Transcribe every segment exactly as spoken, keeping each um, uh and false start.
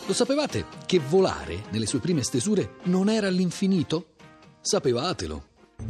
Lo sapevate che volare nelle sue prime stesure non era all'infinito? Sapevatelo.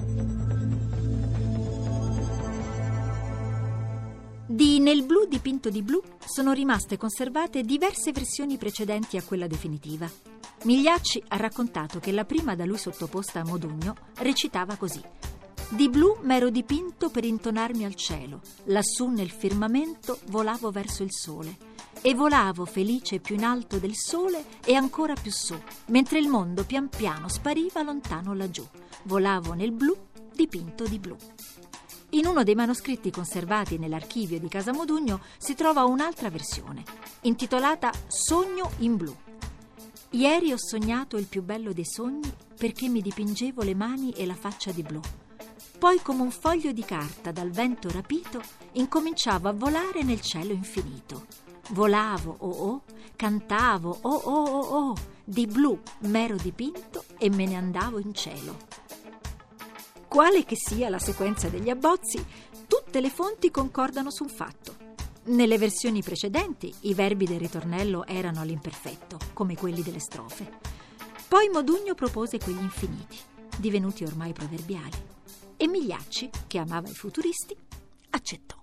Di Nel blu dipinto di blu sono rimaste conservate diverse versioni precedenti a quella definitiva. Migliacci ha raccontato che la prima da lui sottoposta a Modugno recitava così: di blu m'ero dipinto per intonarmi al cielo, lassù nel firmamento volavo verso il sole, e volavo felice più in alto del sole e ancora più su, mentre il mondo pian piano spariva lontano laggiù. Volavo nel blu dipinto di blu. In uno dei manoscritti conservati nell'archivio di Casa Modugno si trova un'altra versione, intitolata Sogno in blu. Ieri ho sognato il più bello dei sogni perché mi dipingevo le mani e la faccia di blu. Poi, come un foglio di carta dal vento rapito, incominciavo a volare nel cielo infinito. Volavo, oh oh, cantavo, oh oh oh oh, di blu m'ero dipinto e me ne andavo in cielo. Quale che sia la sequenza degli abbozzi, tutte le fonti concordano su un fatto. Nelle versioni precedenti i verbi del ritornello erano all'imperfetto, come quelli delle strofe. Poi Modugno propose quegli infiniti, divenuti ormai proverbiali, e Migliacci, che amava i futuristi, accettò.